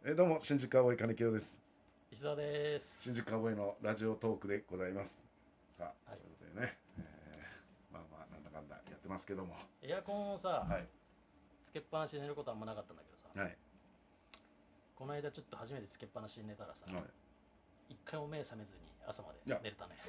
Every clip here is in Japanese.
どうも新宿カウボーイ金城です。 石澤です。 新宿カウボーイのラジオトークでございます。さあ、 はい、 それでね、まあまあなんだかんだやってますけども、 エアコンをさ、 はいつけっぱなしで寝ることあんまなかったんだけどさ、 はい、 この間ちょっと初めてつけっぱなしに寝たらさ、 はい、 一回も目覚めずに朝まで寝れたね。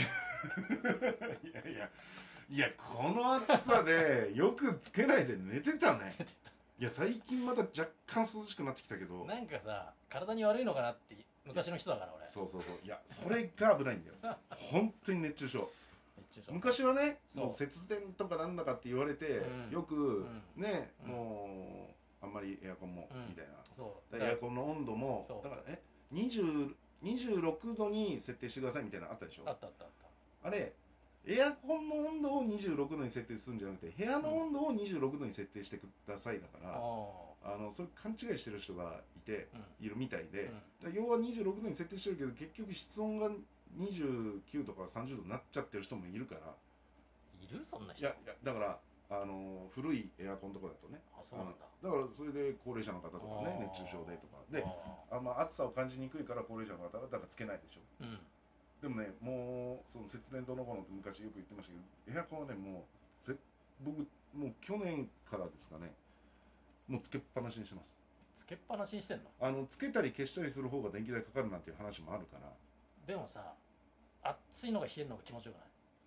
いやこの暑さでよくつけないで寝てたね。いや最近まだ若干涼しくなってきたけど、 なんかさ、体に悪いのかなって昔の人だから俺。 そういやそれが危ないんだよ。本当に熱中症。 熱中症。 昔はね、 そうもう節電とかなんだかって言われて、 うんよくね、 うんもうあんまりエアコンもみたいな、 そうエアコンの温度もそうだから26度に設定してくださいみたいなのあったでしょ。 あったあったあっあれエアコンの温度を26度に設定するんじゃなくて部屋の温度を26度に設定してくださいだかた。 ら、それ勘違いしてる人がいるみたいで、 うん要は26度に設定してるけど結局室温が29とか30度になっちゃってる人もいるから。 いるそんな人。 いやだから古いエアコンとかだとね、 あ、そうなんだ。 だからそれで高齢者の方とかね、熱中症でとかで、暑さを感じにくいから高齢者の方はだからつけないでしょ。 うん。 でもね、もうその節電どのこうのって昔よく言ってましたけど、エアコンはねもう僕もう去年からですかね、もうつけっぱなしにします。 つけっぱなしにしてんの？ つけたり消したりする方が電気代かかるなんていう話もあるから。 でもさ、暑いのが冷えるのが気持ちよくない？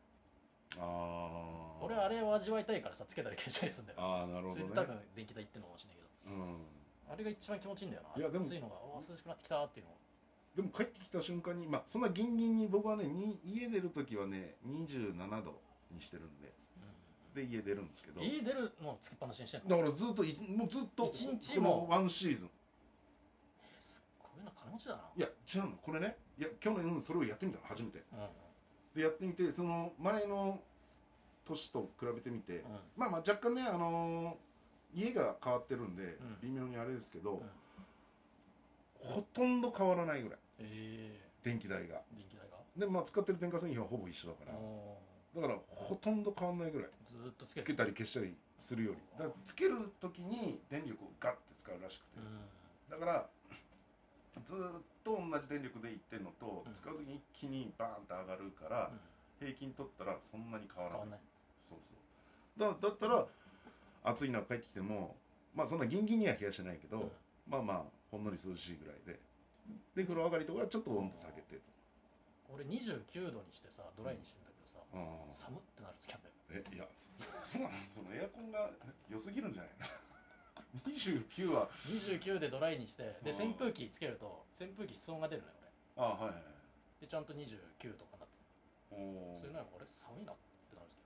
あ俺はあれを味わいたいからさ、つけたり消したりするんだよ。 あ、なるほどね。 それで多分電気代いってんのかもしれないけど、 うん、 あれが一番気持ちいいんだよな。 いやでも暑いのが涼しくなってきたっていうの。 でも帰ってきた瞬間に、まあそんなギンギンに僕はね家出るときはね27度にしてるんで、で家出るんですけど、 家出るのつけっぱなしにしてんの？ だからずっともうずっと一日こものワンシーズン。 すっごいな、金持ちだな。 いや違うのこれね、いや去年それをやってみたの初めてうんで、やってみてその前の年と比べてみて、 うんまあ若干ね家が変わってるんで、 ん微妙にあれですけど、 うん。 ほとんど変わらないぐらいえ電気代が。 電気代が。 でまあ使ってる電化製品はほぼ一緒だからおだからほとんど変わんないぐらいずーっとつけてつけたり消したりするより。だからつける時に電力をガッて使うらしくて、だからずっと同じ電力でいってんのと、 うん使う時に一気にバーンと上がるから、 うん平均取ったらそんなに変わらない。 変わんない。 だったら暑いのが帰ってきてもまあそんなギンギンには冷やしてないけど、まあまあほんのり涼しいぐらいで、風呂上がりとかちょっと温度下げてとか。 俺29度にしてさ、ドライにしてんだけどさ、 あ寒ってなる時あるんだよ。 いやそうなの、そのエアコンが良すぎるんじゃないの29は。 29でドライにしてで、 うん扇風機つけると扇風機室温が出るのよ俺。 はいはい。 でちゃんと29とかなってて、 おそれならこれ寒いなってなるんです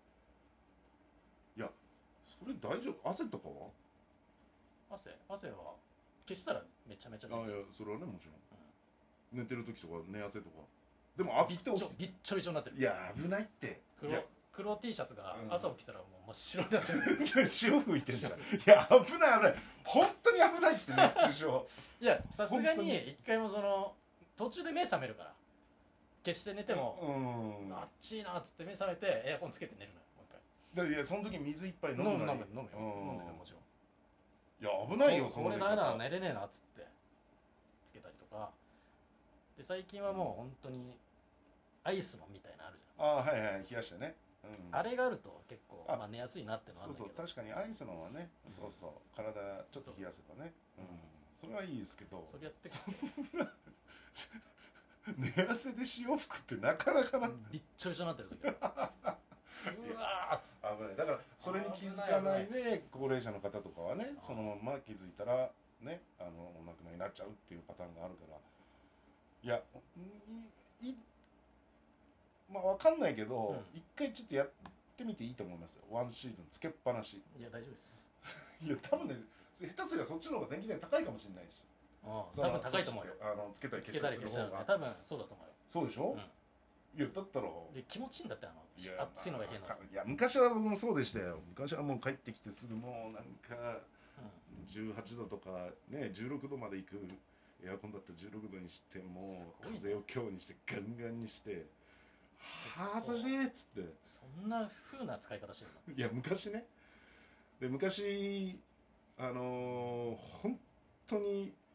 いやそれ大丈夫。汗とかは？ けど、汗は消したらめちゃめちゃ出てる。 いやそれはねもちろん、寝てる時とか寝汗とかでも暑くて起きて、 びっちょびちょになってる。 いや危ないって。 黒 T シャツがうん朝起きたらもう真っ白になってる。 潮吹いてんじゃん。いや危ない本当に危ないって熱中症。 いやさすがに一回もその途中で目覚めるから、消して寝ても、あっちいなっつって目覚めてエアコンつけて寝るのよもう一回。 いやその時水いっぱい飲む飲むなりよもちろん。 いや危ないよそのこれダメだな寝れねえなっつってつけたりとかで、最近はもう本当にアイスのみたいなのあるじゃん。 はいはい冷やしてね、 あれがあると結構まあ寝やすいなってのはあるんだけど。 確かにアイスのはね、体ちょっと冷やせばね、それはいいですけど、 それやって寝汗で潮吹くってなかなかな。 びっちょびちょになってる時うわーっつって危ない。だからそれに気づかないで高齢者の方とかはね、そのまま気づいたらねお亡くなりになっちゃうっていうパターンがあるから、いやまあわかんないけど、一回ちょっとやってみていいと思いますよ。ワンシーズンつけっぱなし。 いや大丈夫です。 いや多分ね下手すりゃそっちの方が電気代高いかもしれないし、 多分高いと思うよ。 つけたりつけたり消したりす消したらる方が。 多分そうだと思うよ。 そうでしょ、いやだったらで気持ちいいんだっていや暑いのが変なの。 いや昔は僕もそうでしたよ。昔はもう帰ってきてすぐもうなんか18度とかね16度まで行くエアコンだったら16度にしてもう風を強にしてガンガンにしてはあ涼しいっつって。 そんな風な使い方してるの？ いや昔ね。で昔本当に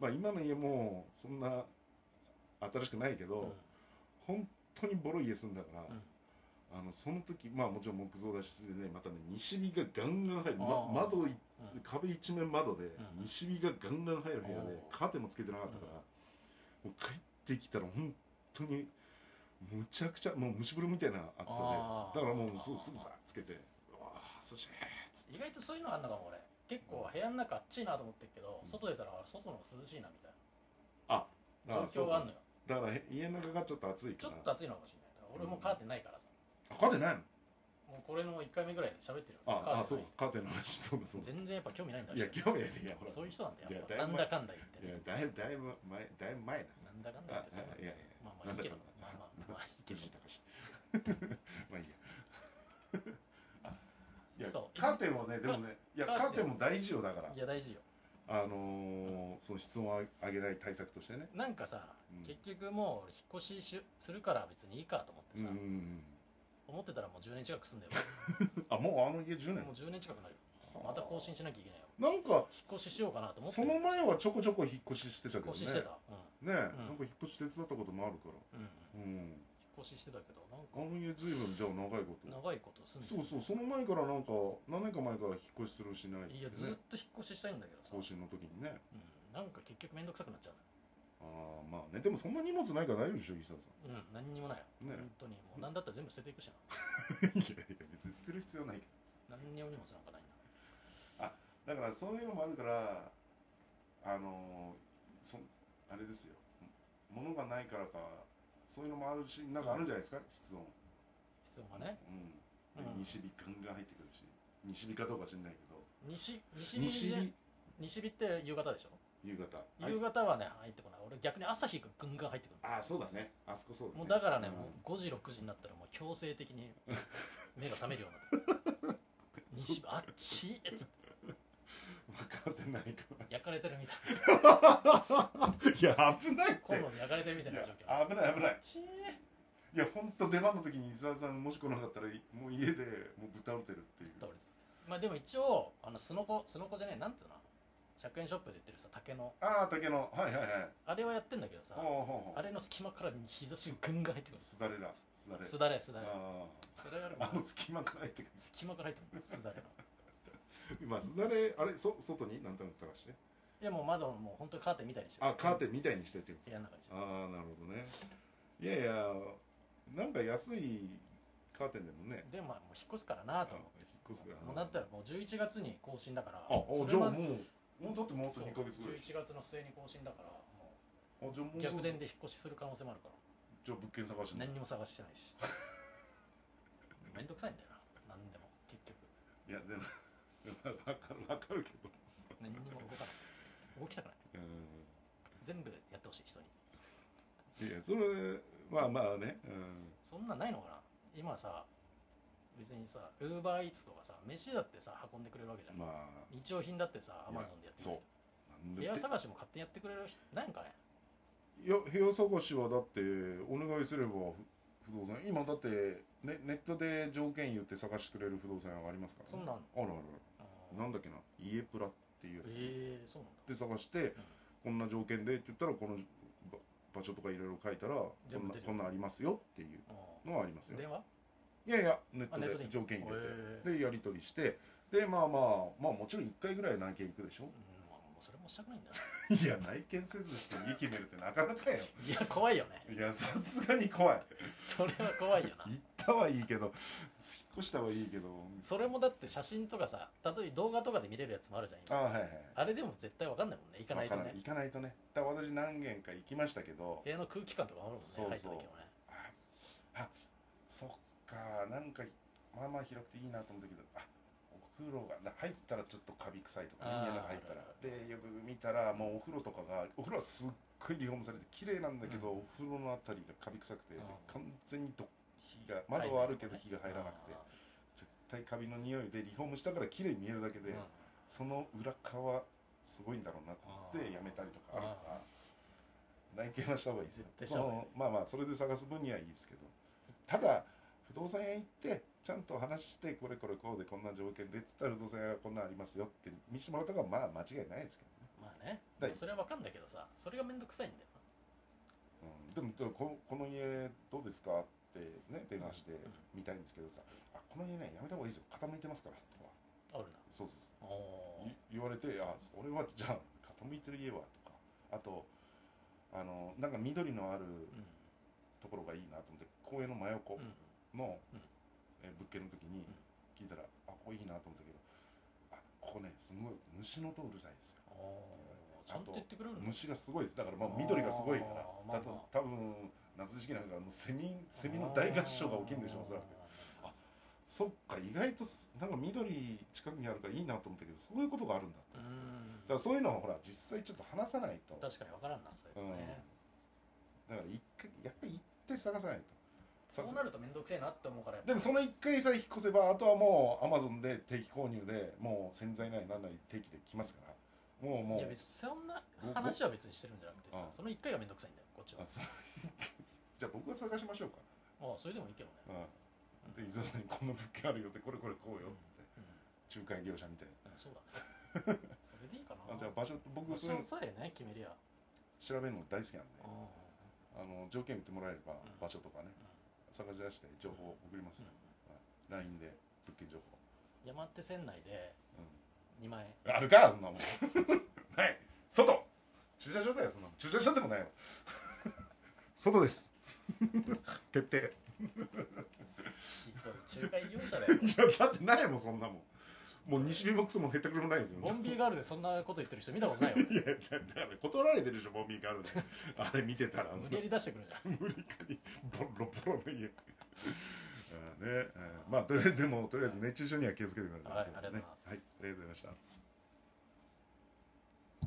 まあ今の家もそんな新しくないけど、本当にボロい家住んだから、その時まあもちろん木造だしでね、またね西日がガンガン入る、窓壁一面窓で、西日がガンガン入る部屋でカーテンもつけてなかったから、もう帰ってきたら本当にむちゃくちゃもう蒸し風呂みたいな暑さで、だからもうすぐバーッつけて、うわー涼しいっつって。 意外とそういうのあんのかも俺。結構部屋の中あっちいなと思ってるけど、外出たら外の方が涼しいなみたいな状況があるのよ。 だから家の中がちょっと暑いから、 ちょっと暑いのかもしれない。俺もカーテンないからさ。 カーテンないの？ もうこれの1回目ぐらいで喋ってるよ。 そうカーテンの話、そうだそうだ。 全然やっぱ興味ないんだ。 いや興味ない。いやほらそういう人なんだよ。 なんだかんだ言ってね。いやだいぶ前だ。 なんだかんだ言ってさ。 いやまあいいけど。まあいいけど。 まあいいや。いやカーテンもね、でもね、いやカーテンも大事よ。だから。 いや大事よ。 その室温を上げない対策としてね。 なんかさ、結局もう引っ越しするから別にいいかと思ってさ、思ってたらもう10年近く住んでる。 あ、もう家10年？ もう10年近くなる。また更新しなきゃいけないよ。 なんか引っ越ししようかなと思って。 その前はちょこちょこ引っ越ししてたけどね。 引っ越ししてた。 ね、なんか引っ越し手伝ったこともあるから。 引っ越ししてたけど、なんか家ずいぶんじゃあ長いこと住んでる。 そうその前からなんか何年か前から引っ越しするしないってね。 いやずっと引っ越ししたいんだけどさ、 更新の時にね。 なんか結局めんどくさくなっちゃう。 まあね、でもそんな荷物ないから大丈夫でしょ、伊佐さん。 何にもないよ、本当に。もう何だったら全部捨てていくしな。 いや別に捨てる必要ないけど。 何にも荷物なんかないんだ。だからそういうのもあるから、あれですよ、物がないからか、そういうのもあるし、なんかあるんじゃないですか、室温がね。 西日ガンガン入ってくるし、西日かどうか知んないけど、 西日って夕方でしょ。夕方はね入ってこない。俺逆に朝日がぐんがん入ってくる。 そうだね、あそこそうだね。 もうだからね、もう5時6時になったらもう強制的に目が覚めるようになって西あっちっつって分かってないから焼かれてるみたいいや危ないって、 コンロに焼かれてるみたいな状況。 危ないいや本当出番の時に伊沢さんもし来なかったらもう家でもうぶっ倒れてるっていう。 まあでも一応すのこじゃねえ、なんていうの、100円ショップで売ってるさ、竹の竹の、はいあれはやってんだけどさ、あれの隙間から日差しがぐんが入ってくる。 すだれだ、 すだれそれやる。 隙間から入ってくる。 隙間から入ってくるすだれのまあすだれあれ外に何となく垂らして、 いやもう窓もう本当にカーテンみたいにして、 カーテンみたいにしてっていう部屋の中にして。 なるほどね。いやいや、なんか安いカーテンでもね。 でももう引っ越すからなと思って。 引っ越すから。 もうだったらもう11月に更新だから。 じゃあもうだってもうあと2ヶ月ぐらい。 11月の末に更新だから、もうじゃあもう逆転で引っ越しする可能性もあるから。 じゃあ物件探して何にも探してないしめんどくさいんだよな、何でも結局。 いやでも分かるけど何にも動きたくない。全部やってほしい人に。 いやそれまあね、 そんなんないのかな今さ。別にさ、ウーバーイーツとかさ、飯だってさ運んでくれるわけじゃん。日用品だってさ、アマゾンでやってくれる。部屋探しも勝手にやってくれる人ないんかね。 いや部屋探しはだってお願いすれば不動産、今だって、ネットで条件言って探してくれる不動産屋がありますからね。 そんなんあるなんだっけな、家プラっていうやつ、 そうなんだ。 で探して、こんな条件でって言ったらこの場所とかいろいろ書いたらこんなありますよっていうのはありますよ。 電話？ いやネットで条件入れてでやり取りして、でまあもちろん1回ぐらい内見行くでしょ。 それもしたくないんだよ。 いや内見せずして家決めるってなかなかよ。 いや怖いよね。 いやさすがに怖い。 それは怖いよな。 行ったはいいけど、引っ越したはいいけど、 それもだって写真とかさ、例えば動画とかで見れるやつもあるじゃん今。あれでも絶対わかんないもんね、行かないとね。 行かないとね。だから私何軒か行きましたけど、 部屋の空気感とかあるもんね、入った時のね。 そっか、なんかまあまあ広くていいなと思ったけど、お風呂が入ったらちょっとカビ臭いとか、家の中入ったらでよく見たらもうお風呂とかが、お風呂はすっごいリフォームされて綺麗なんだけど、お風呂のあたりがカビ臭くて、完全に窓はあるけど火が入らなくて、絶対カビの匂いでリフォームしたから綺麗に見えるだけで、その裏側すごいんだろうなと思ってやめたりとかあるから、内見はした方がいいですよ。まあそれで探す分にはいいですけど、ただ不動産屋行ってちゃんと話して、これこうでこんな条件でっつったら不動産屋がこんなんありますよって見せてもらった方がまあ間違いないですけどね。 まあね。 ね。 だそれは分かんないけどさ、それがめんどくさいんだよでもこの家どうですかってね電話して見たいんですけどさ、この家ねやめた方がいいですよ、傾いてますからとか。 な。あるな。 そう言われて、それはじゃあ傾いてる家はとか、あとなんか緑のあるところがいいなと思って、公園の真横の物件の時に聞いたら、ここいいなと思ったけど、ここねすごい虫の音うるさいですよ。 ちゃんと言ってくれるの？ 虫がすごいです。だから緑がすごいから、多分夏時期なんかセミの大合唱が起きるんでしょう、おそらく。そっか、意外となんか緑近くにあるからいいなと思ったけど、そういうことがあるんだと。だからそういうのはほら実際ちょっと話さないと。 確かに分からんな、それね。 だからやっぱり行って探さないと。 そうなると面倒くせえなって思うから。 でもその1回さえ引っ越せば、あとはもう Amazon で定期購入でもう洗剤なり何なり定期で来ますから。もういや別にそんな話は別にしてるんじゃなくてさ、その1回が面倒くさいんだよ、こっちは。 じゃあ僕が探しましょうか。 それでもいいけどね。 で伊沢さんにこんな物件あるよって、これこうよって仲介業者みたいな。 そうだね。それでいいかな。 じゃあ場所、僕そういうのさえね決めりゃ調べるの大好きなんで、条件見てもらえれば場所とかね探し出して情報を送りますよ。LINE で物件情報。 山手線内で2万円あるか、そんなもん。はい、外駐車場だよ、そんな駐車場でもないよ。外です。決定。 仲介業者だよ。 いやだってないもん、そんなもん。もう西日もクソもへったくれもないですよ。 ボンビーガールでそんなこと言ってる人見たことないよ。 いやだから断られてるでしょ、ボンビーガールで。あれ見てたら無理やり出してくるじゃん。 無理かにボロボロの家。まあとりあえず熱中症には気をつけてください。 はい、ありがとうございます。 はい、ありがとうございました。